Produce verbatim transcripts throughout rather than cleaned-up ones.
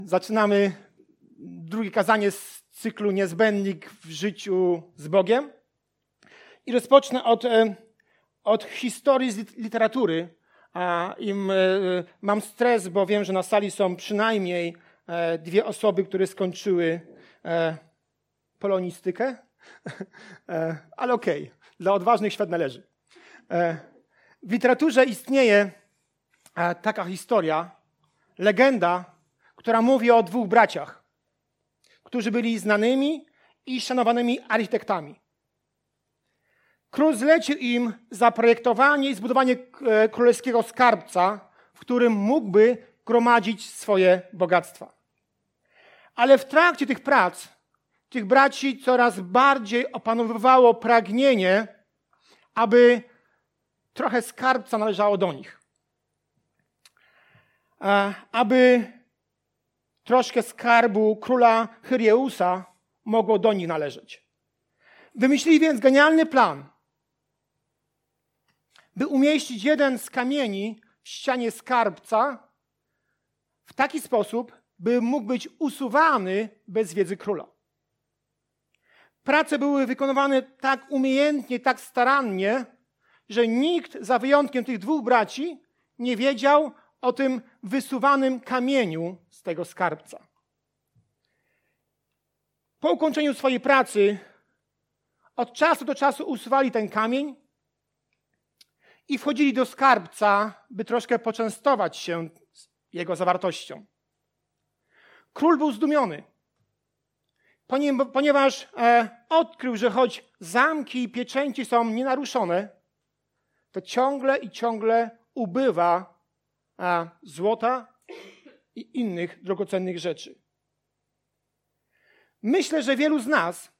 Zaczynamy drugie kazanie z cyklu Niezbędnik w życiu z Bogiem. I rozpocznę od, od historii z literatury. A im mam stres, bo wiem, że na sali są przynajmniej dwie osoby, które skończyły polonistykę. Ale okej, okay. Dla odważnych świat należy. W literaturze istnieje taka historia, legenda, która mówi o dwóch braciach, którzy byli znanymi i szanowanymi architektami. Król zlecił im zaprojektowanie i zbudowanie królewskiego skarbca, w którym mógłby gromadzić swoje bogactwa. Ale w trakcie tych prac tych braci coraz bardziej opanowywało pragnienie, aby trochę skarbca należało do nich. Aby troszkę skarbu króla Chyreusa mogło do nich należeć. Wymyślili więc genialny plan, by umieścić jeden z kamieni w ścianie skarbca w taki sposób, by mógł być usuwany bez wiedzy króla. Prace były wykonywane tak umiejętnie, tak starannie, że nikt, za wyjątkiem tych dwóch braci, nie wiedział o tym wysuwanym kamieniu z tego skarbca. Po ukończeniu swojej pracy od czasu do czasu usuwali ten kamień i wchodzili do skarbca, by troszkę poczęstować się jego zawartością. Król był zdumiony, ponieważ e, odkrył, że choć zamki i pieczęci są nienaruszone, to ciągle i ciągle ubywa a, złota i innych drogocennych rzeczy. Myślę, że wielu z nas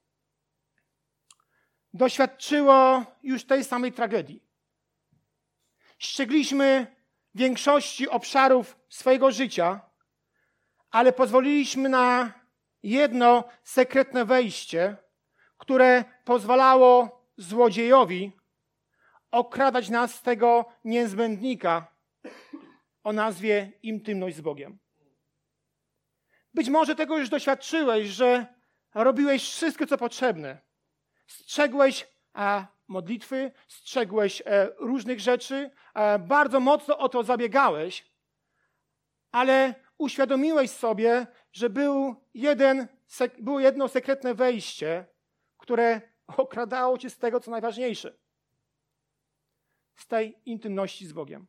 doświadczyło już tej samej tragedii. Ściegliśmy większości obszarów swojego życia, ale pozwoliliśmy na jedno sekretne wejście, które pozwalało złodziejowi okradać nas z tego niezbędnika o nazwie intymność z Bogiem. Być może tego już doświadczyłeś, że robiłeś wszystko, co potrzebne. Strzegłeś a, modlitwy, strzegłeś e, różnych rzeczy, e, bardzo mocno o to zabiegałeś, ale uświadomiłeś sobie, że był jeden, sek- było jedno sekretne wejście, które okradało cię z tego, co najważniejsze. Z tej intymności z Bogiem.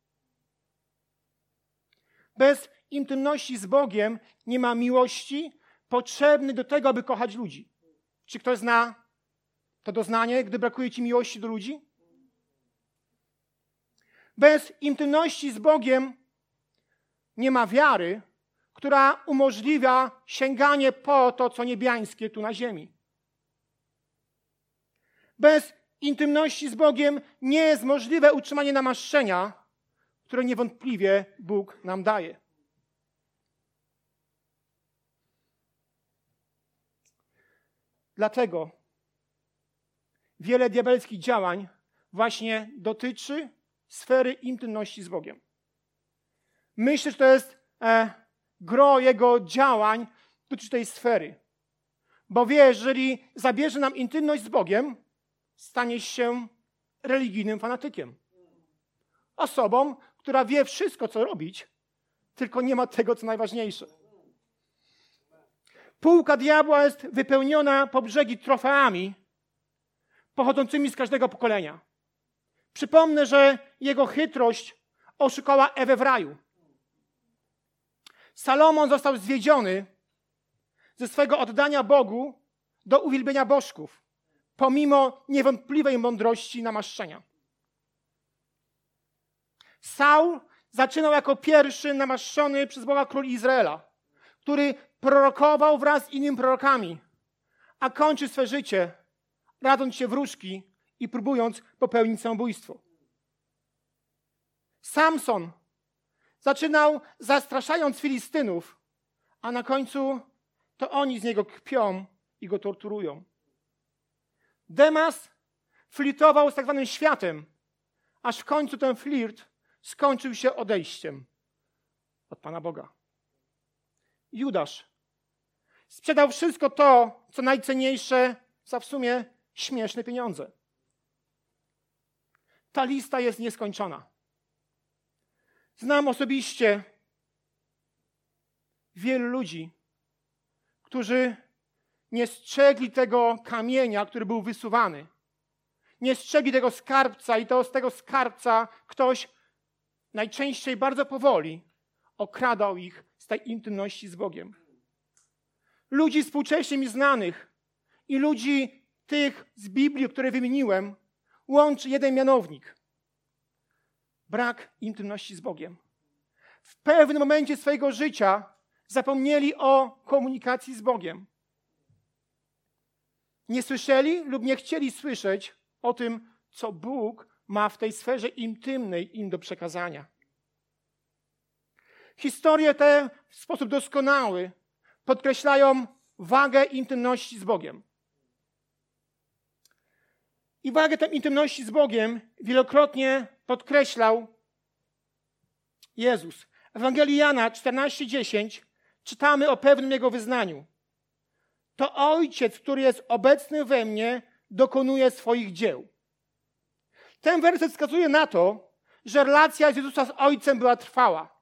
Bez intymności z Bogiem nie ma miłości potrzebnej do tego, aby kochać ludzi. Czy ktoś zna to doznanie, gdy brakuje ci miłości do ludzi? Bez intymności z Bogiem nie ma wiary, która umożliwia sięganie po to, co niebiańskie tu na ziemi. Bez intymności z Bogiem nie jest możliwe utrzymanie namaszczenia, które niewątpliwie Bóg nam daje. Dlatego wiele diabelskich działań właśnie dotyczy sfery intymności z Bogiem. Myślę, że to jest e, gro jego działań dotyczy tej sfery. Bo wie, jeżeli zabierze nam intymność z Bogiem, stanie się religijnym fanatykiem. Osobą, która wie wszystko, co robić, tylko nie ma tego, co najważniejsze. Półka diabła jest wypełniona po brzegi trofeami pochodzącymi z każdego pokolenia. Przypomnę, że jego chytrość oszukała Ewę w raju. Salomon został zwiedziony ze swego oddania Bogu do uwielbienia bożków, pomimo niewątpliwej mądrości namaszczenia. Saul zaczynał jako pierwszy namaszczony przez Boga król Izraela, który prorokował wraz z innymi prorokami, a kończy swe życie, radząc się wróżki i próbując popełnić samobójstwo. Samson zaczynał zastraszając Filistynów, a na końcu to oni z niego kpią i go torturują. Demas flirtował z tak zwanym światem, aż w końcu ten flirt skończył się odejściem od Pana Boga. Judasz. Sprzedał wszystko to, co najcenniejsze, za w sumie śmieszne pieniądze. Ta lista jest nieskończona. Znam osobiście wielu ludzi, którzy nie strzegli tego kamienia, który był wysuwany. Nie strzegli tego skarbca i to z tego skarbca ktoś najczęściej bardzo powoli okradał ich z tej intymności z Bogiem. Ludzi współcześnie mi znanych i ludzi tych z Biblii, które wymieniłem, łączy jeden mianownik. Brak intymności z Bogiem. W pewnym momencie swojego życia zapomnieli o komunikacji z Bogiem. Nie słyszeli lub nie chcieli słyszeć o tym, co Bóg ma w tej sferze intymnej im do przekazania. Historie te w sposób doskonały podkreślają wagę intymności z Bogiem. I wagę tej intymności z Bogiem wielokrotnie podkreślał Jezus. W Ewangelii Jana czternaście dziesięć czytamy o pewnym Jego wyznaniu. To Ojciec, który jest obecny we mnie, dokonuje swoich dzieł. Ten werset wskazuje na to, że relacja Jezusa z Ojcem była trwała.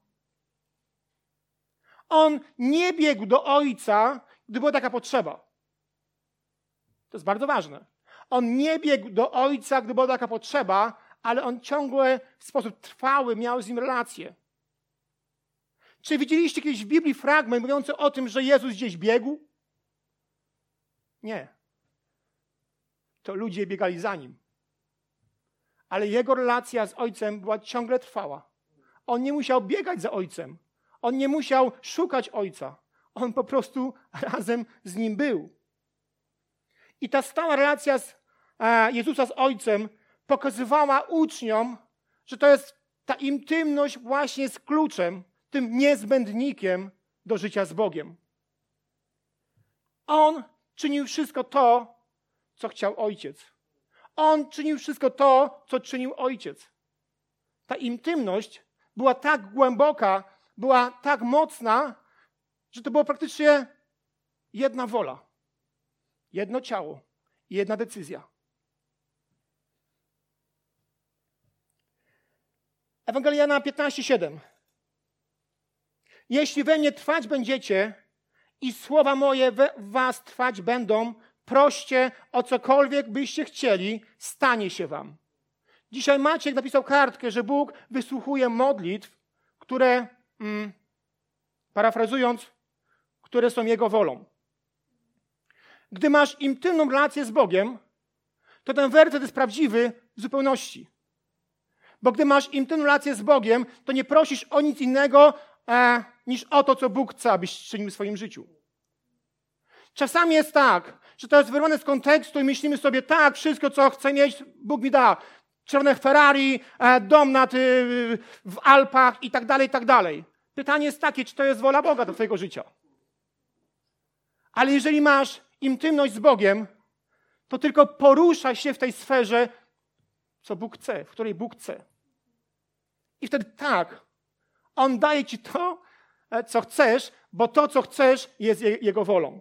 On nie biegł do Ojca, gdy była taka potrzeba. To jest bardzo ważne. On nie biegł do Ojca, gdy była taka potrzeba, ale on ciągle w sposób trwały miał z nim relację. Czy widzieliście kiedyś w Biblii fragment mówiący o tym, że Jezus gdzieś biegł? Nie. To ludzie biegali za nim. Ale jego relacja z Ojcem była ciągle trwała. On nie musiał biegać za Ojcem. On nie musiał szukać Ojca. On po prostu razem z nim był. I ta stała relacja z, e, Jezusa z Ojcem pokazywała uczniom, że to jest ta intymność właśnie z kluczem, tym niezbędnikiem do życia z Bogiem. On czynił wszystko to, co chciał Ojciec. On czynił wszystko to, co czynił Ojciec. Ta intymność była tak głęboka, była tak mocna, że to była praktycznie jedna wola, jedno ciało i jedna decyzja. Ewangelia Jana piętnaście siedem. Jeśli we mnie trwać będziecie i słowa moje w was trwać będą, proście o cokolwiek byście chcieli, stanie się wam. Dzisiaj Maciek napisał kartkę, że Bóg wysłuchuje modlitw, które, mm, parafrazując, które są Jego wolą. Gdy masz intymną relację z Bogiem, to ten werset jest prawdziwy w zupełności. Bo gdy masz intymną relację z Bogiem, to nie prosisz o nic innego e, niż o to, co Bóg chce, abyś czynił w swoim życiu. Czasami jest tak, że to jest wyrwane z kontekstu i myślimy sobie, tak, wszystko, co chcę mieć, Bóg mi da. Czerwone Ferrari, e, dom nad, y, w Alpach i tak dalej, i tak dalej. Pytanie jest takie, czy to jest wola Boga do twojego życia. Ale jeżeli masz intymność z Bogiem, to tylko porusza się w tej sferze, co Bóg chce, w której Bóg chce. I wtedy tak, On daje ci to, co chcesz, bo to, co chcesz, jest Jego wolą.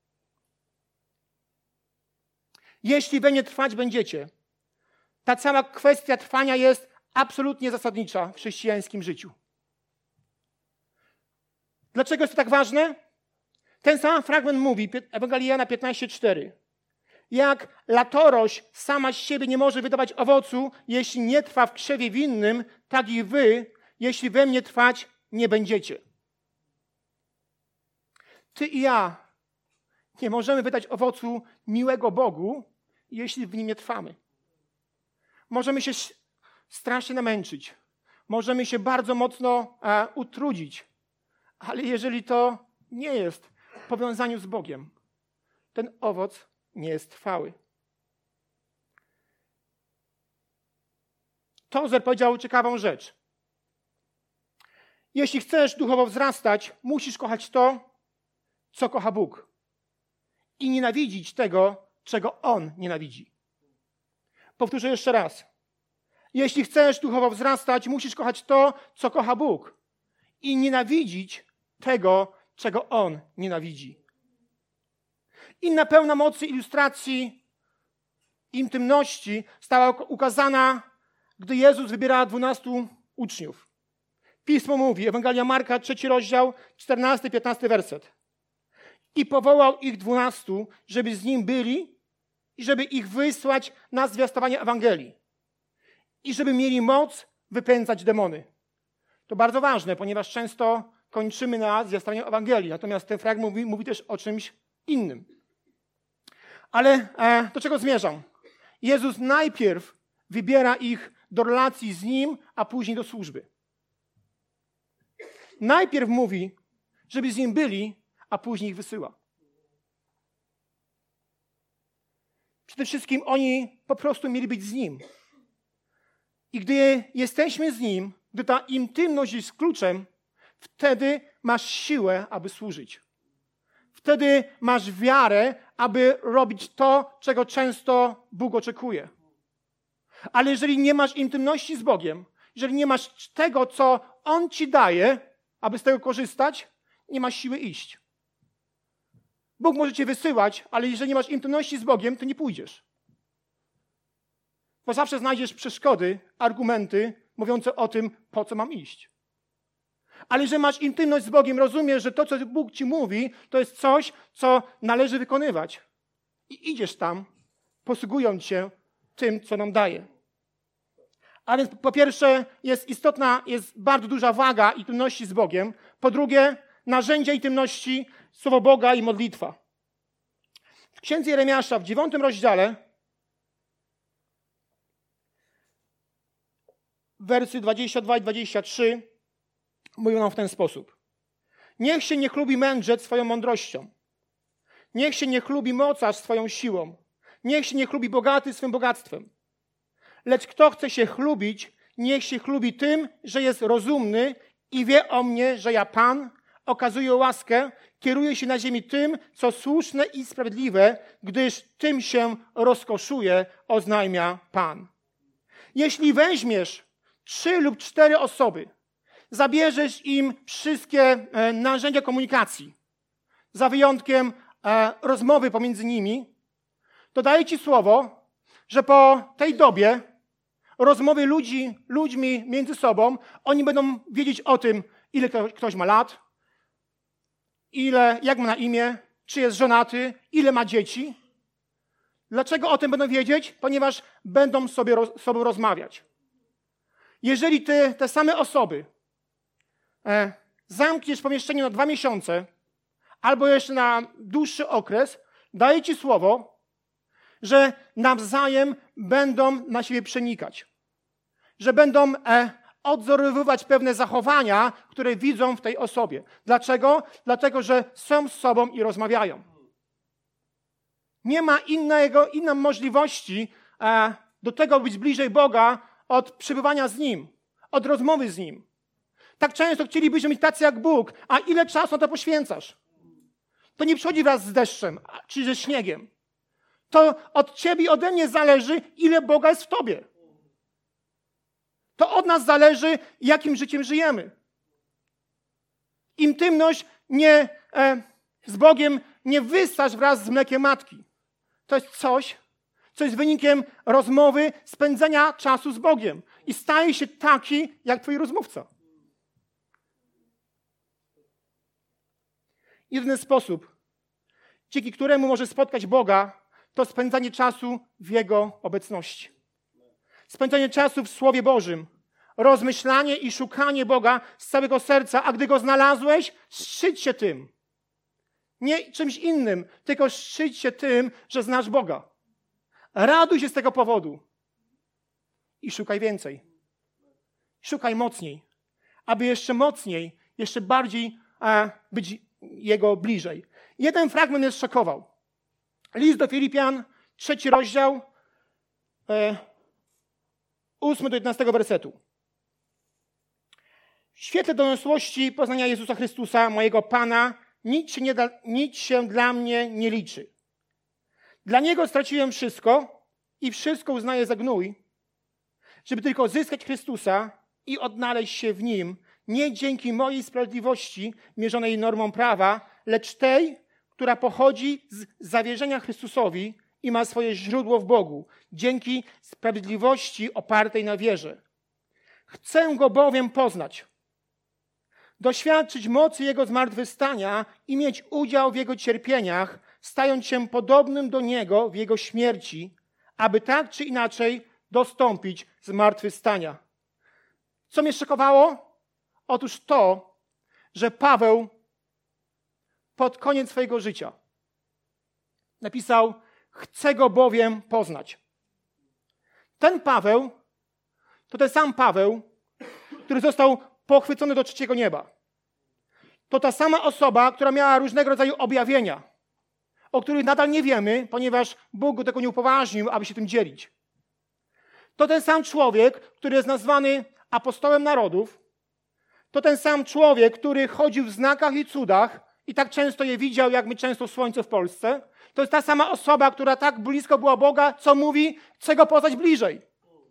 Jeśli we mnie trwać będziecie, ta cała kwestia trwania jest absolutnie zasadnicza w chrześcijańskim życiu. Dlaczego jest to tak ważne? Ten sam fragment mówi, Ewangelia Jana piętnaście cztery. Jak latorość sama z siebie nie może wydawać owocu, jeśli nie trwa w krzewie winnym, tak i wy, jeśli we mnie trwać nie będziecie. Ty i ja nie możemy wydać owocu miłego Bogu, jeśli w nim nie trwamy. Możemy się strasznie namęczyć. Możemy się bardzo mocno e, utrudzić. Ale jeżeli to nie jest w powiązaniu z Bogiem, ten owoc nie jest trwały. Tozer powiedział ciekawą rzecz. Jeśli chcesz duchowo wzrastać, musisz kochać to, co kocha Bóg. I nienawidzić tego, czego On nienawidzi. Powtórzę jeszcze raz. Jeśli chcesz duchowo wzrastać, musisz kochać to, co kocha Bóg. I nienawidzić tego, czego On nienawidzi. Inna pełna mocy ilustracji intymności stała ukazana, gdy Jezus wybierał dwunastu uczniów. Pismo mówi, Ewangelia Marka, trzeci rozdział, czternasty, piętnasty werset. I powołał ich dwunastu, żeby z Nim byli i żeby ich wysłać na zwiastowanie Ewangelii. I żeby mieli moc wypędzać demony. To bardzo ważne, ponieważ często kończymy na zwiastowaniu Ewangelii, natomiast ten fragment mówi, mówi też o czymś innym. Ale e, do czego zmierzam? Jezus najpierw wybiera ich do relacji z Nim, a później do służby. Najpierw mówi, żeby z Nim byli, a później ich wysyła. Przede wszystkim oni po prostu mieli być z Nim. I gdy jesteśmy z Nim, gdy ta intymność jest kluczem, wtedy masz siłę, aby służyć. Wtedy masz wiarę, aby robić to, czego często Bóg oczekuje. Ale jeżeli nie masz intymności z Bogiem, jeżeli nie masz tego, co On ci daje, aby z tego korzystać, nie masz siły iść. Bóg może cię wysyłać, ale jeżeli nie masz intymności z Bogiem, to nie pójdziesz. Bo zawsze znajdziesz przeszkody, argumenty mówiące o tym, po co mam iść. Ale jeżeli masz intymność z Bogiem, rozumiesz, że to, co Bóg ci mówi, to jest coś, co należy wykonywać. I idziesz tam, posługując się tym, co nam daje. Ale po pierwsze jest istotna, jest bardzo duża waga intymności z Bogiem. Po drugie, narzędzia intymności, słowo Boga i modlitwa. W księdze Jeremiasza w dziewiątym rozdziale, wersy dwadzieścia dwa i dwadzieścia trzy mówią nam w ten sposób. Niech się nie chlubi mędrzec swoją mądrością. Niech się nie chlubi mocarz swoją siłą. Niech się nie chlubi bogaty swym bogactwem. Lecz kto chce się chlubić, niech się chlubi tym, że jest rozumny i wie o mnie, że ja Pan, okazuję łaskę, kieruję się na ziemi tym, co słuszne i sprawiedliwe, gdyż tym się rozkoszuje, oznajmia Pan. Jeśli weźmiesz trzy lub cztery osoby, zabierzesz im wszystkie e, narzędzia komunikacji, za wyjątkiem e, rozmowy pomiędzy nimi, to daję ci słowo, że po tej dobie rozmowy ludzi, ludźmi między sobą, oni będą wiedzieć o tym, ile ktoś ma lat, ile, jak ma na imię, czy jest żonaty, ile ma dzieci. Dlaczego o tym będą wiedzieć? Ponieważ będą sobie roz, sobą rozmawiać. Jeżeli ty te same osoby e, zamkniesz w pomieszczeniu na dwa miesiące albo jeszcze na dłuższy okres, daję ci słowo, że nawzajem będą na siebie przenikać. Że będą e, odzorowywać pewne zachowania, które widzą w tej osobie. Dlaczego? Dlatego, że są z sobą i rozmawiają. Nie ma innego, innej możliwości e, do tego, by być bliżej Boga od przebywania z Nim, od rozmowy z Nim. Tak często chcielibyśmy być tacy jak Bóg, a ile czasu na to poświęcasz? To nie przychodzi wraz z deszczem, czy ze śniegiem. To od ciebie i ode mnie zależy, ile Boga jest w tobie. To od nas zależy, jakim życiem żyjemy. Intymność nie, e, z Bogiem nie wystarcz wraz z mlekiem matki. To jest coś, co jest wynikiem rozmowy, spędzenia czasu z Bogiem. I staje się taki, jak twój rozmówca. Jedyny sposób, dzięki któremu możesz spotkać Boga, to spędzanie czasu w Jego obecności. Spędzanie czasu w Słowie Bożym. Rozmyślanie i szukanie Boga z całego serca, a gdy Go znalazłeś, szczyć się tym. Nie czymś innym, tylko szczyć się tym, że znasz Boga. Raduj się z tego powodu. I szukaj więcej. Szukaj mocniej. Aby jeszcze mocniej, jeszcze bardziej a, być Jego bliżej. Jeden fragment mnie szokował. List do Filipian, trzeci rozdział, e, ósmy do jedenastego wersetu. W świetle doniosłości poznania Jezusa Chrystusa, mojego Pana, nic się, nie da, nic się dla mnie nie liczy. Dla Niego straciłem wszystko i wszystko uznaję za gnój, żeby tylko zyskać Chrystusa i odnaleźć się w Nim, nie dzięki mojej sprawiedliwości mierzonej normą prawa, lecz tej, która pochodzi z zawierzenia Chrystusowi i ma swoje źródło w Bogu, dzięki sprawiedliwości opartej na wierze. Chcę Go bowiem poznać, doświadczyć mocy Jego zmartwychwstania i mieć udział w Jego cierpieniach, stając się podobnym do Niego w Jego śmierci, aby tak czy inaczej dostąpić zmartwychwstania. Co mnie szokowało? Otóż to, że Paweł pod koniec swojego życia napisał: chcę Go bowiem poznać. Ten Paweł to ten sam Paweł, który został pochwycony do trzeciego nieba. To ta sama osoba, która miała różnego rodzaju objawienia, o których nadal nie wiemy, ponieważ Bóg go tego nie upoważnił, aby się tym dzielić. To ten sam człowiek, który jest nazwany apostołem narodów. To ten sam człowiek, który chodził w znakach i cudach i tak często je widział, jak my często słońce w Polsce. To jest ta sama osoba, która tak blisko była Boga, co mówi: chcę Go poznać bliżej.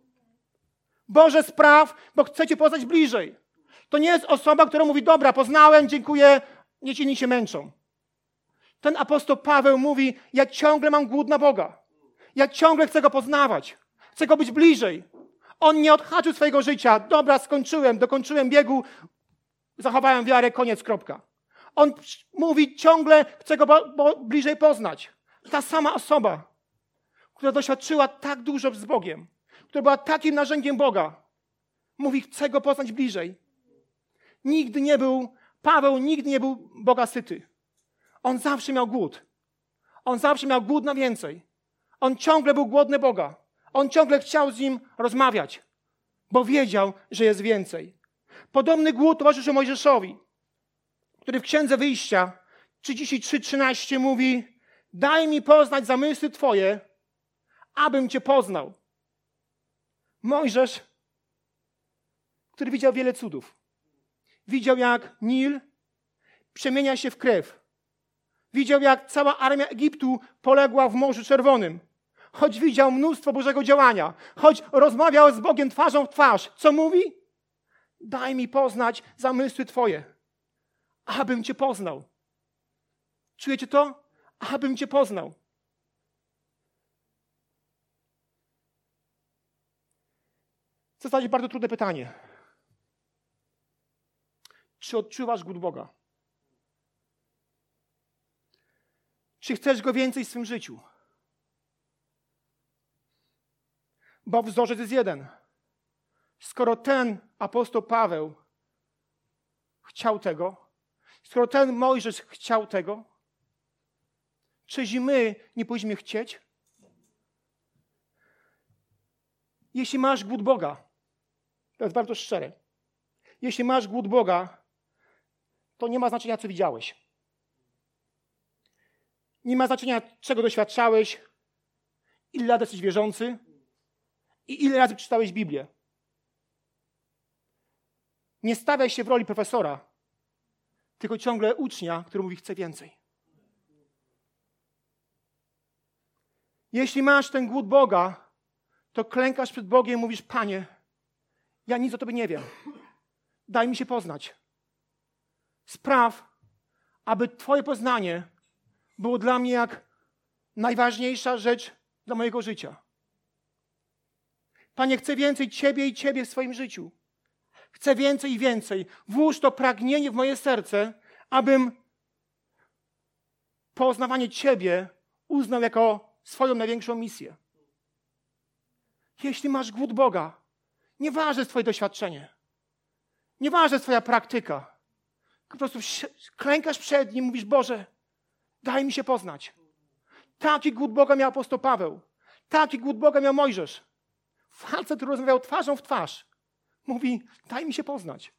Boże, spraw, bo chcę Cię poznać bliżej. To nie jest osoba, która mówi: dobra, poznałem, dziękuję, niech inni się męczą. Ten apostoł Paweł mówi: ja ciągle mam głód na Boga. Ja ciągle chcę Go poznawać. Chcę Go być bliżej. On nie odhaczył swojego życia. Dobra, skończyłem, dokończyłem biegu, zachowałem wiarę, koniec, kropka. On mówi ciągle: chcę Go bo, bo bliżej poznać. Ta sama osoba, która doświadczyła tak dużo z Bogiem, która była takim narzędziem Boga, mówi: chcę Go poznać bliżej. Nigdy nie był, Paweł nigdy nie był Boga syty. On zawsze miał głód. On zawsze miał głód na więcej. On ciągle był głodny Boga. On ciągle chciał z Nim rozmawiać, bo wiedział, że jest więcej. Podobny głód towarzyszył Mojżeszowi, który w Księdze Wyjścia trzydzieści trzy trzynaście mówi: daj mi poznać zamysły Twoje, abym Cię poznał. Mojżesz, który widział wiele cudów. Widział, jak Nil przemienia się w krew. Widział, jak cała armia Egiptu poległa w Morzu Czerwonym. Choć widział mnóstwo Bożego działania, choć rozmawiał z Bogiem twarzą w twarz. Co mówi? Daj mi poznać zamysły Twoje, abym Cię poznał. Czujecie to? Abym Cię poznał. Zadać bardzo trudne pytanie. Czy odczuwasz głód Boga? Czy chcesz Go więcej w swym życiu? Bo wzorzec jest jeden. Skoro ten apostoł Paweł chciał tego, skoro ten Mojżesz chciał tego, czyż i my nie powinniśmy chcieć? Jeśli masz głód Boga, to jest bardzo szczere. Jeśli masz głód Boga, to nie ma znaczenia, co widziałeś. Nie ma znaczenia, czego doświadczałeś, ile lat jesteś wierzący i ile razy przeczytałeś Biblię. Nie stawiaj się w roli profesora, tylko ciągle ucznia, który mówi: chcę więcej. Jeśli masz ten głód Boga, to klękasz przed Bogiem i mówisz: Panie, ja nic o Tobie nie wiem. Daj mi się poznać. Spraw, aby Twoje poznanie było dla mnie jak najważniejsza rzecz dla mojego życia. Panie, chcę więcej Ciebie i Ciebie w swoim życiu. Chcę więcej i więcej. Włóż to pragnienie w moje serce, abym poznawanie Ciebie uznał jako swoją największą misję. Jeśli masz głód Boga, nieważne jest Twoje doświadczenie, nieważne jest Twoja praktyka, po prostu klękasz przed Nim, mówisz: Boże, daj mi się poznać. Taki głód Boga miał apostoł Paweł. Taki głód Boga miał Mojżesz. Facet, który rozmawiał twarzą w twarz, mówi: daj mi się poznać.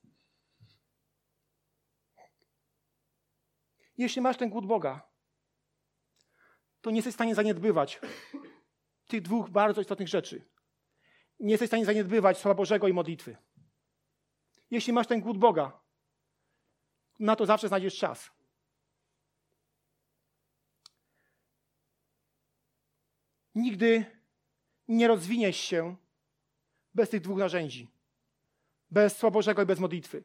Jeśli masz ten głód Boga, to nie jesteś w stanie zaniedbywać tych dwóch bardzo istotnych rzeczy. Nie jesteś w stanie zaniedbywać Słowa Bożego i modlitwy. Jeśli masz ten głód Boga, na to zawsze znajdziesz czas. Nigdy nie rozwiniesz się bez tych dwóch narzędzi. bez Słowa Bożego i bez modlitwy.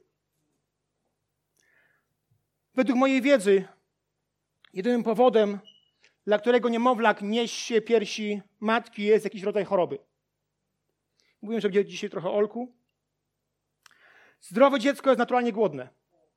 Według mojej wiedzy jedynym powodem, dla którego niemowlak niesie piersi matki, jest jakiś rodzaj choroby. Mówiłem, że będzie dzisiaj trochę o Olku. Zdrowe dziecko jest naturalnie głodne.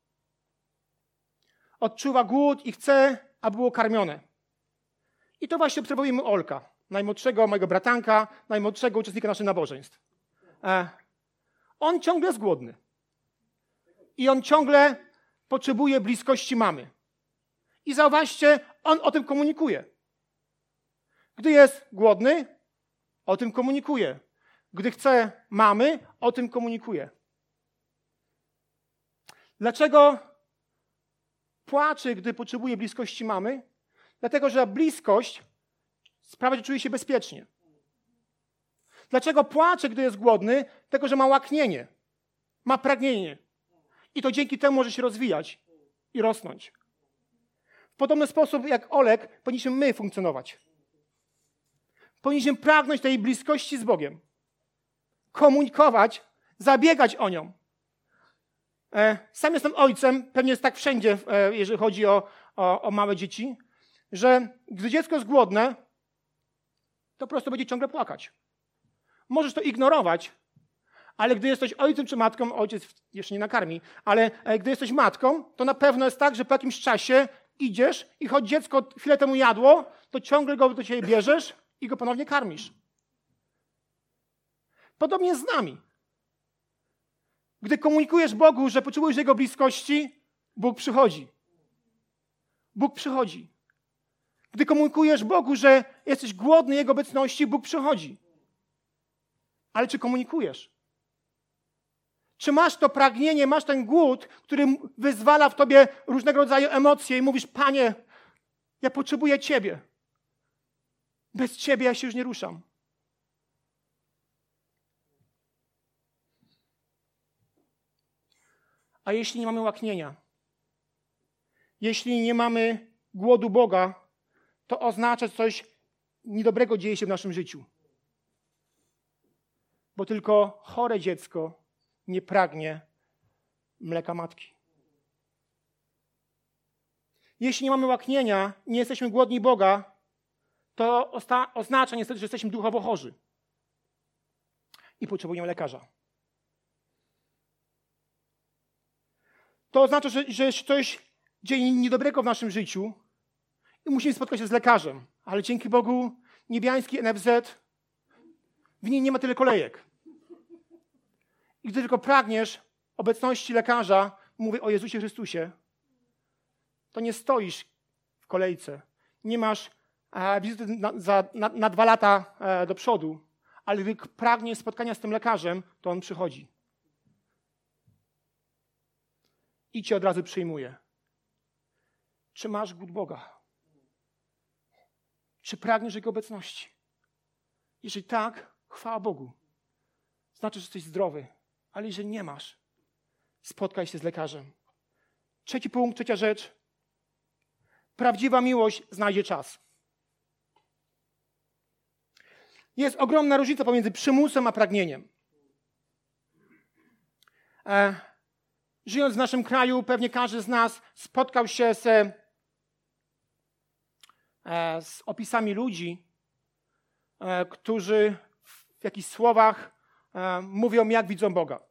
Odczuwa głód i chce, aby było karmione. I to właśnie obserwujemy Olka, najmłodszego mojego bratanka, najmłodszego uczestnika naszych nabożeństw. E, on ciągle jest głodny. I on ciągle potrzebuje bliskości mamy. I zauważcie, on o tym komunikuje. Gdy jest głodny, o tym komunikuje. Gdy chce mamy, o tym komunikuje. Dlaczego płacze, gdy potrzebuje bliskości mamy? Dlatego, że bliskość sprawia, że czuje się bezpiecznie. Dlaczego płacze, gdy jest głodny? Dlatego, że ma łaknienie, ma pragnienie. I to dzięki temu może się rozwijać i rosnąć. W podobny sposób jak Olek powinniśmy my funkcjonować. Powinniśmy pragnąć tej bliskości z Bogiem. Komunikować, zabiegać o nią. Sam jestem ojcem, pewnie jest tak wszędzie, jeżeli chodzi o, o, o małe dzieci, że gdy dziecko jest głodne, to po prostu będzie ciągle płakać. Możesz to ignorować, ale gdy jesteś ojcem czy matką, ojciec jeszcze nie nakarmi, ale gdy jesteś matką, to na pewno jest tak, że po jakimś czasie idziesz i choć dziecko chwilę temu jadło, to ciągle go do siebie bierzesz i go ponownie karmisz. Podobnie jest z nami. Gdy komunikujesz Bogu, że potrzebujesz Jego bliskości, Bóg przychodzi. Bóg przychodzi. Gdy komunikujesz Bogu, że jesteś głodny Jego obecności, Bóg przychodzi. Ale czy komunikujesz? Czy masz to pragnienie, masz ten głód, który wyzwala w tobie różnego rodzaju emocje i mówisz, Panie, ja potrzebuję Ciebie. Bez Ciebie ja się już nie ruszam. A jeśli nie mamy łaknienia, jeśli nie mamy głodu Boga, to oznacza, że coś niedobrego dzieje się w naszym życiu. Bo tylko chore dziecko nie pragnie mleka matki. Jeśli nie mamy łaknienia, nie jesteśmy głodni Boga, to osta- oznacza niestety, że jesteśmy duchowo chorzy i potrzebujemy lekarza. To oznacza, że, że coś dzieje niedobrego w naszym życiu i musimy spotkać się z lekarzem. Ale dzięki Bogu niebiański N F Z w niej nie ma tyle kolejek. I gdy tylko pragniesz obecności lekarza, mówię o Jezusie Chrystusie, to nie stoisz w kolejce. Nie masz e, wizyty na, za, na, na dwa lata e, do przodu, ale gdy pragniesz spotkania z tym lekarzem, to on przychodzi. I cię od razu przyjmuje. Czy masz głód Boga? Czy pragniesz Jego obecności? Jeżeli tak, chwała Bogu. Znaczy, że jesteś zdrowy. Ale jeżeli nie masz, spotkaj się z lekarzem. Trzeci punkt, trzecia rzecz. Prawdziwa miłość znajdzie czas. Jest ogromna różnica pomiędzy przymusem a pragnieniem. E, żyjąc w naszym kraju, pewnie każdy z nas spotkał się z, e, z opisami ludzi, e, którzy w jakichś słowach e, mówią, jak widzą Boga.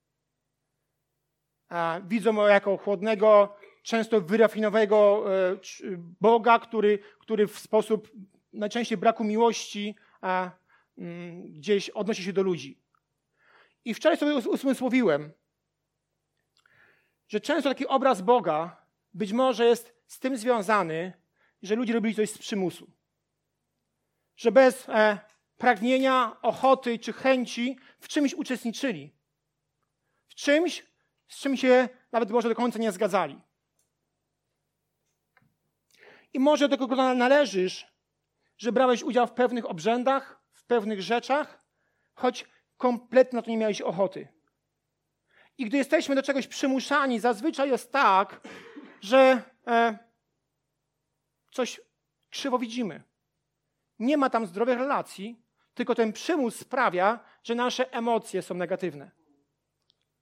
E, widzą go jako chłodnego, często wyrafinowanego e, Boga, który, który w sposób najczęściej braku miłości a, mm, gdzieś odnosi się do ludzi. I wczoraj sobie usmysłowiłem, że często taki obraz Boga być może jest z tym związany, że ludzie robili coś z przymusu. Że bez e, pragnienia, ochoty czy chęci w czymś uczestniczyli. W czymś, z czym się nawet może do końca nie zgadzali. I może do kogo należysz, że brałeś udział w pewnych obrzędach, w pewnych rzeczach, choć kompletnie na to nie miałeś ochoty. I gdy jesteśmy do czegoś przymuszani, zazwyczaj jest tak, że e, coś krzywo widzimy. Nie ma tam zdrowych relacji, tylko ten przymus sprawia, że nasze emocje są negatywne.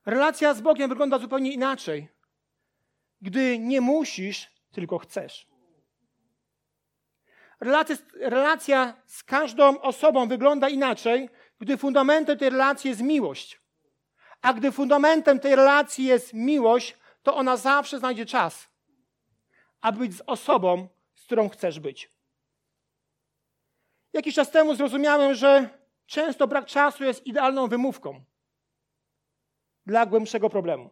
Relacja z Bogiem wygląda zupełnie inaczej, gdy nie musisz, tylko chcesz. Relacja, relacja z każdą osobą wygląda inaczej, gdy fundamentem tej relacji jest miłość. A gdy fundamentem tej relacji jest miłość, to ona zawsze znajdzie czas, aby być z osobą, z którą chcesz być. Jakiś czas temu zrozumiałem, że często brak czasu jest idealną wymówką dla głębszego problemu.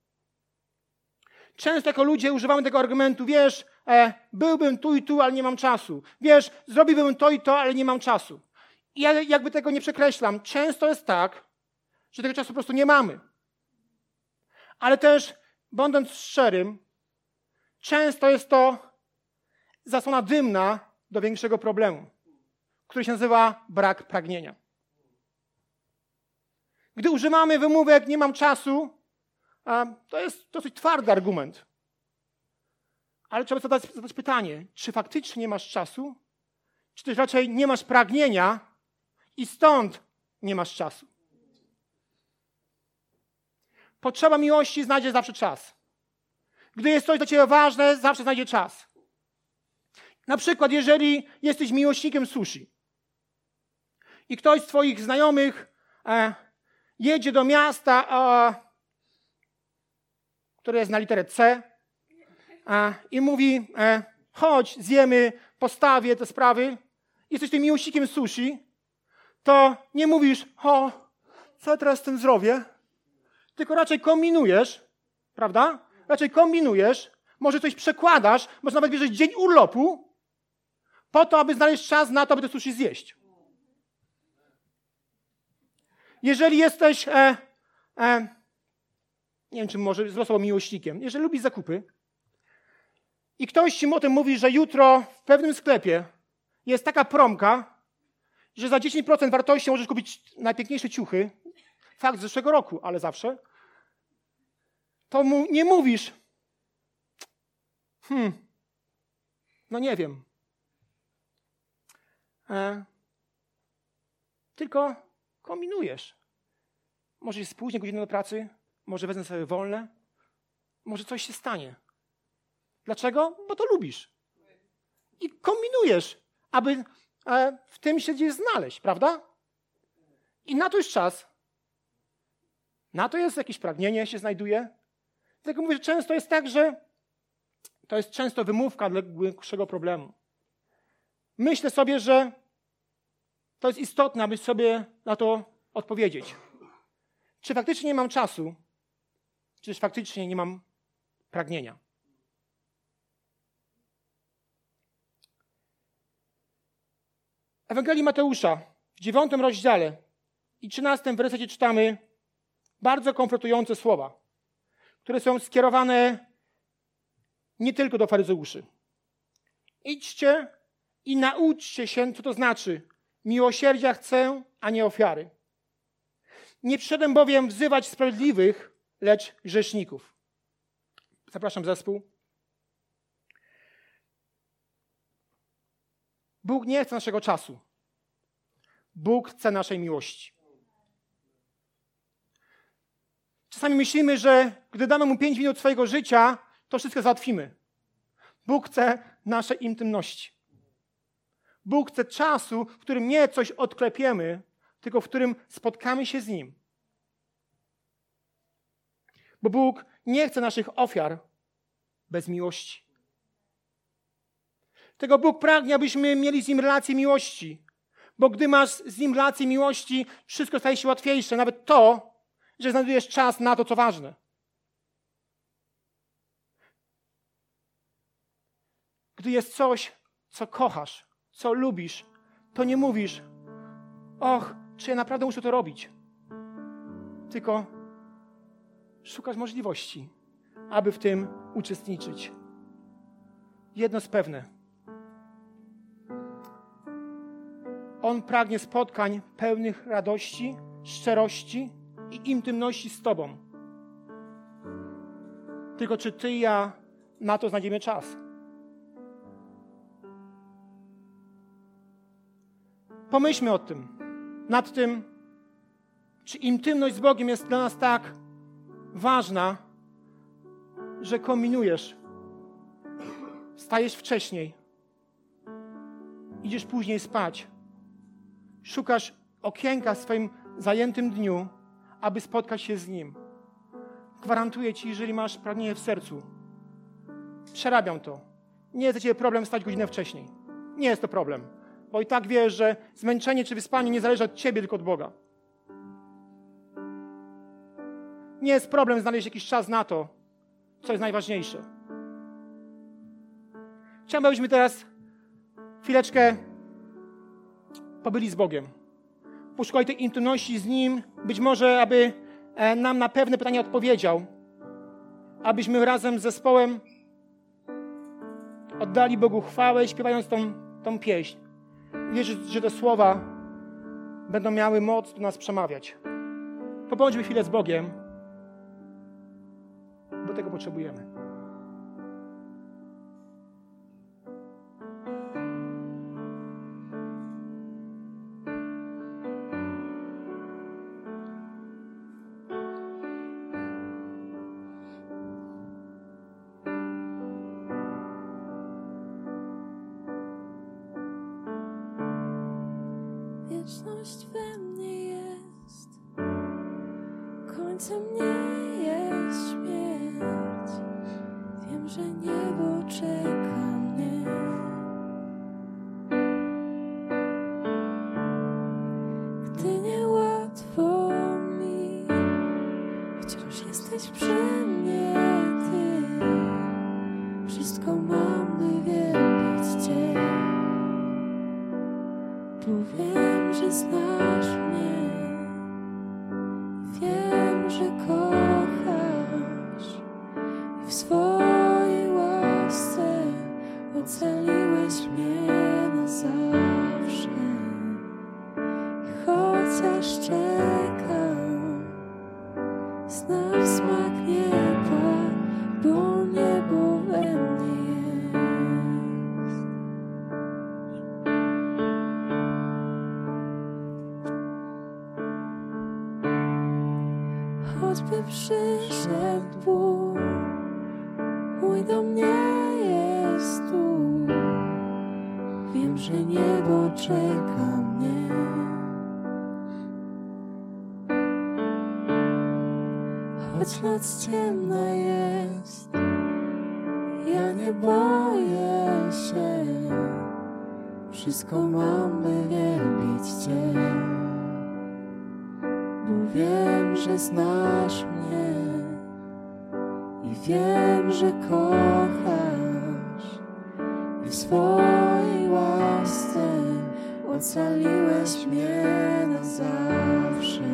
Często jako ludzie używamy tego argumentu, wiesz, e, byłbym tu i tu, ale nie mam czasu. Wiesz, zrobiłbym to i to, ale nie mam czasu. I ja jakby tego nie przekreślam. Często jest tak, że tego czasu po prostu nie mamy. Ale też, będąc szczerym, często jest to zasłona dymna do większego problemu, który się nazywa brak pragnienia. Gdy używamy wymówek nie mam czasu, to jest dosyć twardy argument. Ale trzeba zadać, zadać pytanie, czy faktycznie nie masz czasu, czy też raczej nie masz pragnienia i stąd nie masz czasu. Potrzeba miłości znajdzie zawsze czas. Gdy jest coś dla ciebie ważne, zawsze znajdzie czas. Na przykład, jeżeli jesteś miłośnikiem sushi i ktoś z twoich znajomych e, jedzie do miasta, e, które jest na literę C e, i mówi, e, chodź, zjemy, postawię te sprawy, jesteś tym miłośnikiem sushi, to nie mówisz, o, co ja teraz z tym zrobię? Tylko raczej kombinujesz, prawda? Raczej kombinujesz, może coś przekładasz, może nawet bierzesz dzień urlopu, po to, aby znaleźć czas na to, aby te sushi zjeść. Jeżeli jesteś, e, e, nie wiem, czy może z osobą miłośnikiem, jeżeli lubisz zakupy i ktoś ci o tym mówi, że jutro w pewnym sklepie jest taka promka, że za dziesięć procent wartości możesz kupić najpiękniejsze ciuchy, fakt z zeszłego roku, ale zawsze, to mu nie mówisz, hmm, no nie wiem, e, tylko kombinujesz. Może jest spóźnię godzinę do pracy, może wezmę sobie wolne, może coś się stanie. Dlaczego? Bo to lubisz. I kombinujesz, aby e, w tym się gdzieś znaleźć, prawda? I na to jest czas. Na to jest jakieś pragnienie, się znajduje. Dlatego mówię, że często jest tak, że to jest często wymówka dla głębszego problemu. Myślę sobie, że to jest istotne, aby sobie na to odpowiedzieć. Czy faktycznie nie mam czasu, czy też faktycznie nie mam pragnienia. Ewangelii Mateusza w dziewiątym rozdziale i trzynastym wersecie czytamy bardzo konfrontujące słowa, które są skierowane nie tylko do faryzeuszy. Idźcie i nauczcie się, co to znaczy miłosierdzia chcę, a nie ofiary. Nie przyszedłem bowiem wzywać sprawiedliwych, lecz grzeszników. Zapraszam zespół. Bóg nie chce naszego czasu. Bóg chce naszej miłości. Czasami myślimy, że gdy damy Mu pięć minut swojego życia, to wszystko załatwimy. Bóg chce naszej intymności. Bóg chce czasu, w którym nie coś odklepiemy, tylko w którym spotkamy się z Nim. Bo Bóg nie chce naszych ofiar bez miłości. Tego Bóg pragnie, abyśmy mieli z Nim relację miłości. Bo gdy masz z Nim relację miłości, wszystko staje się łatwiejsze. Nawet to, że znajdujesz czas na to, co ważne. Gdy jest coś, co kochasz, co lubisz, to nie mówisz, och, czy ja naprawdę muszę to robić? Tylko szukasz możliwości, aby w tym uczestniczyć. Jedno jest pewne. On pragnie spotkań pełnych radości, szczerości i intymności z Tobą. Tylko czy Ty i ja na to znajdziemy czas? Pomyślmy o tym, nad tym, czy intymność z Bogiem jest dla nas tak ważna, że kombinujesz. Wstajesz wcześniej. Idziesz później spać. Szukasz okienka w swoim zajętym dniu, aby spotkać się z Nim. Gwarantuję Ci, jeżeli masz pragnienie w sercu, przerabiam to. Nie jest dla Ciebie problem wstać godzinę wcześniej. Nie jest to problem, bo i tak wiesz, że zmęczenie czy wyspanie nie zależy od Ciebie, tylko od Boga. Nie jest problem znaleźć jakiś czas na to, co jest najważniejsze. Chciałbym, abyśmy teraz chwileczkę pobyli z Bogiem. Poszukali tej intymności z Nim, być może, aby nam na pewne pytania odpowiedział, abyśmy razem z zespołem oddali Bogu chwałę, śpiewając tą, tą pieśń. Wierzę, że te słowa będą miały moc do nas przemawiać. Pobądźmy chwilę z Bogiem, bo tego potrzebujemy. Wieczność we mnie jest, końcem nie jest śmierć. Wiem, że niebo czeka mnie. Gdy niełatwo mi, wciąż jesteś przy mnie Ty. Wszystko mam, by wielbić Cię. Bo wiem, że znasz mnie, wiem, że kochasz i w swojej łasce ocaliłeś mnie na zawsze. I chociaż czekam, znam smak nieba, bo niebo we mnie jest. Choćby przyszedł Bóg, mój dom nie jest tu. Wiem, że niebo czeka mnie. Choć noc ciemna jest, ja nie boję się. Wszystko mam, by wielbić Cię. Bo wiem, że znasz mnie i wiem, że kochasz i w swojej łasce ocaliłeś mnie na zawsze.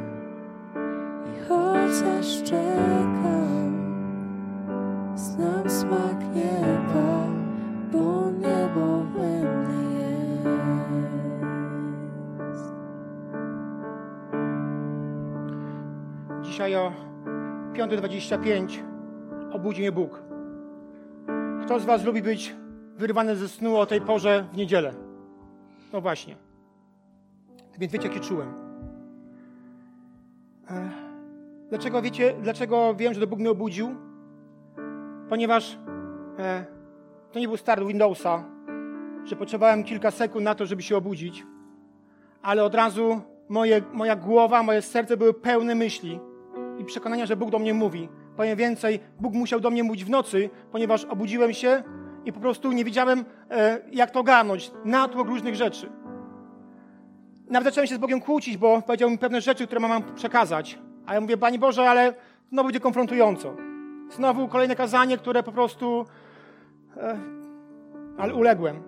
I chociaż czekam, znam smak nieba, bo niebo we mnie jest. Dzisiaj o piąta dwadzieścia pięć obudzi mnie Bóg. Kto z was lubi być wyrwany ze snu o tej porze w niedzielę? No właśnie. Więc wiecie, jakie czułem. Dlaczego wiecie, dlaczego wiem, że to Bóg mnie obudził? Ponieważ e, to nie był start Windowsa, że potrzebowałem kilka sekund na to, żeby się obudzić, ale od razu moje, moja głowa, moje serce były pełne myśli i przekonania, że Bóg do mnie mówi. Powiem więcej, Bóg musiał do mnie mówić w nocy, ponieważ obudziłem się i po prostu nie wiedziałem, e, jak to ogarnąć. Natłok różnych rzeczy. Nawet zacząłem się z Bogiem kłócić, bo powiedział mi pewne rzeczy, które mam przekazać. A ja mówię, Panie Boże, ale znowu będzie konfrontująco. Znowu kolejne kazanie, które po prostu... E, ale uległem.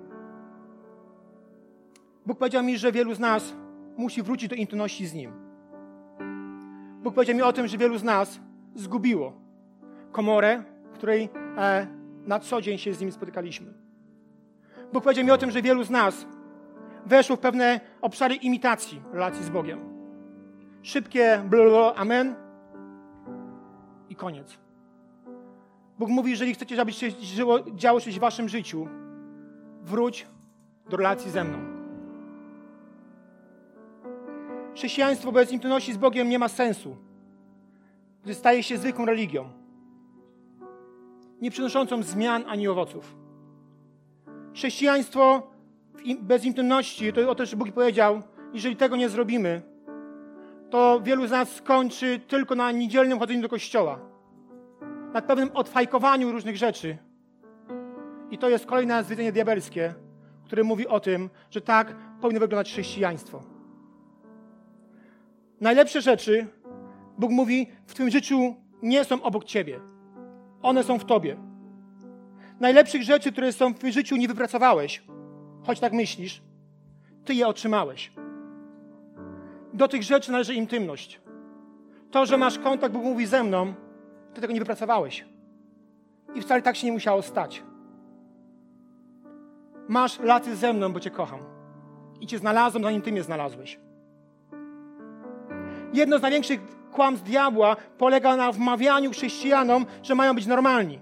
Bóg powiedział mi, że wielu z nas musi wrócić do intymności z Nim. Bóg powiedział mi o tym, że wielu z nas zgubiło komorę, w której e, na co dzień się z Nim spotykaliśmy. Bóg powiedział mi o tym, że wielu z nas weszło w pewne obszary imitacji relacji z Bogiem. Szybkie blablabla, amen i koniec. Bóg mówi, jeżeli chcecie, żeby się żyło, działo się w waszym życiu, wróć do relacji ze mną. Chrześcijaństwo bez intymności z Bogiem nie ma sensu. gdy staje się zwykłą religią, nie przynoszącą zmian ani owoców. Chrześcijaństwo bez intymności, to o też Bóg powiedział, jeżeli tego nie zrobimy, to wielu z nas skończy tylko na niedzielnym chodzeniu do kościoła, na pewnym odfajkowaniu różnych rzeczy. I to jest kolejne zwiedzenie diabelskie, które mówi o tym, że tak powinno wyglądać chrześcijaństwo. Najlepsze rzeczy, Bóg mówi, w Twoim życiu nie są obok Ciebie. One są w Tobie. Najlepszych rzeczy, które są w Twoim życiu, nie wypracowałeś, choć tak myślisz, Ty je otrzymałeś. Do tych rzeczy należy intymność. To, że masz kontakt, Bóg mówi ze mną, Ty tego nie wypracowałeś. I wcale tak się nie musiało stać. Masz laty ze mną, bo Cię kocham. I Cię znalazłem, zanim Ty mnie znalazłeś. Jedno z największych kłamstw diabła polega na wmawianiu chrześcijanom, że mają być normalni.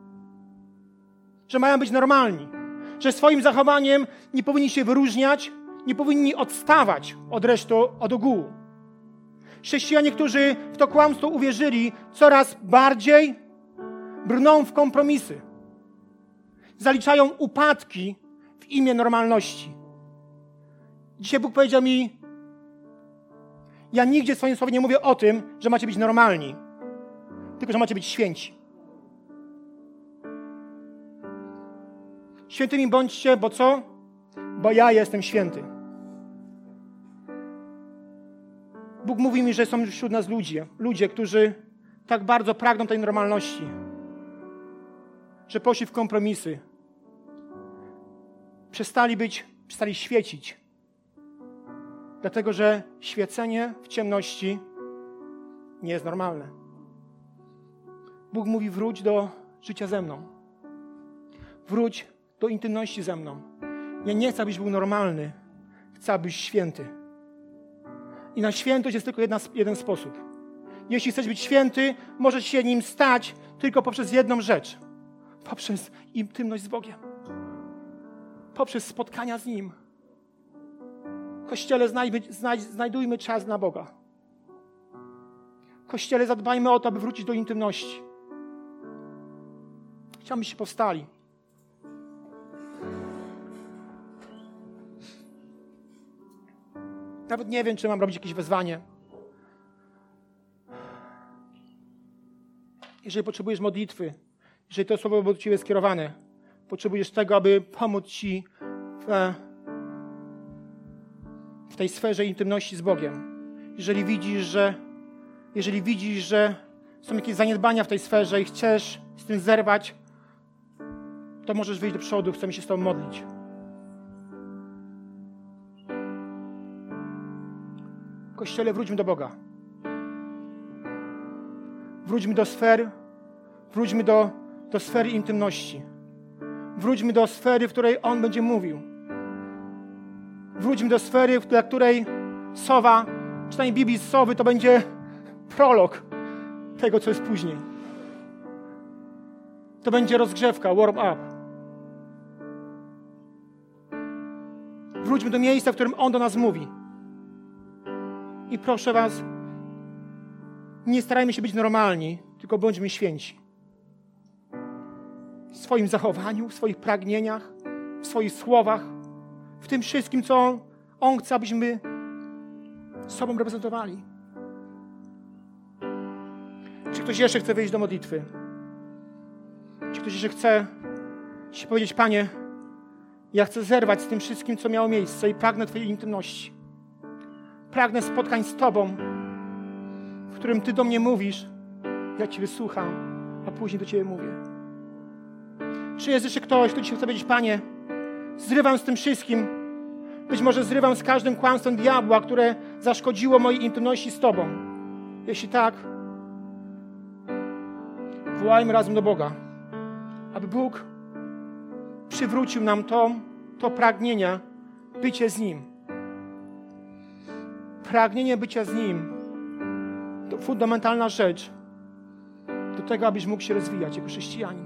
Że mają być normalni. Że swoim zachowaniem nie powinni się wyróżniać, nie powinni odstawać od reszty, od ogółu. Chrześcijanie, którzy w to kłamstwo uwierzyli, coraz bardziej brną w kompromisy. Zaliczają upadki w imię normalności. Dzisiaj Bóg powiedział mi, ja nigdzie w swoim słowie nie mówię o tym, że macie być normalni, tylko że macie być święci. Świętymi bądźcie, bo co? Bo ja jestem święty. Bóg mówi mi, że są wśród nas ludzie, ludzie, którzy tak bardzo pragną tej normalności, że poszli w kompromisy. Przestali być, przestali świecić. Dlatego, że świecenie w ciemności nie jest normalne. Bóg mówi, wróć do życia ze mną. Wróć do intymności ze mną. Ja nie chcę, abyś był normalny. Chcę, abyś święty. I na świętość jest tylko jedna, jeden sposób. Jeśli chcesz być święty, możesz się nim stać tylko poprzez jedną rzecz. Poprzez intymność z Bogiem. Poprzez spotkania z Nim. W Kościele znajdźmy, znajdź, znajdujmy czas na Boga. W Kościele zadbajmy o to, aby wrócić do intymności. Chciałbym, byście powstali. Nawet nie wiem, czy mam robić jakieś wezwanie. Jeżeli potrzebujesz modlitwy, jeżeli to słowo było do Ciebie skierowane, potrzebujesz tego, aby pomóc Ci w, w tej sferze intymności z Bogiem. Jeżeli widzisz, że jeżeli widzisz, że są jakieś zaniedbania w tej sferze i chcesz z tym zerwać, to możesz wyjść do przodu, chcemy się z Tobą modlić. W Kościele wróćmy do Boga. Wróćmy do sfer, wróćmy do, do sfery intymności. Wróćmy do sfery, w której On będzie mówił. Wróćmy do sfery, dla której sowa, czytanie Biblii z sowy, to będzie prolog tego, co jest później. To będzie rozgrzewka, warm up. Wróćmy do miejsca, w którym On do nas mówi. I proszę Was, nie starajmy się być normalni, tylko bądźmy święci. W swoim zachowaniu, w swoich pragnieniach, w swoich słowach, w tym wszystkim, co On, On chce, abyśmy sobą reprezentowali. Czy ktoś jeszcze chce wyjść do modlitwy? Czy ktoś jeszcze chce się powiedzieć, Panie, ja chcę zerwać z tym wszystkim, co miało miejsce i pragnę Twojej intymności. Pragnę spotkań z Tobą, w którym Ty do mnie mówisz, ja Cię wysłucham, a później do Ciebie mówię. Czy jest jeszcze ktoś, kto dzisiaj chce powiedzieć, Panie, zrywam z tym wszystkim, być może zrywam z każdym kłamstwem diabła, które zaszkodziło mojej intymności z Tobą. Jeśli tak, wołajmy razem do Boga, aby Bóg przywrócił nam to, to pragnienie bycia z Nim. Pragnienie bycia z Nim to fundamentalna rzecz do tego, abyś mógł się rozwijać jako chrześcijanin.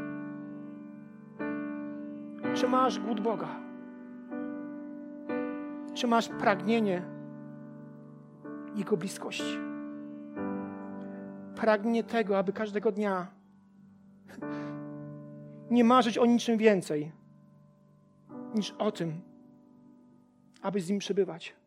Czy masz głód Boga? Czy masz pragnienie Jego bliskości? pragnienie tego, aby każdego dnia nie marzyć o niczym więcej, niż o tym, aby z Nim przebywać.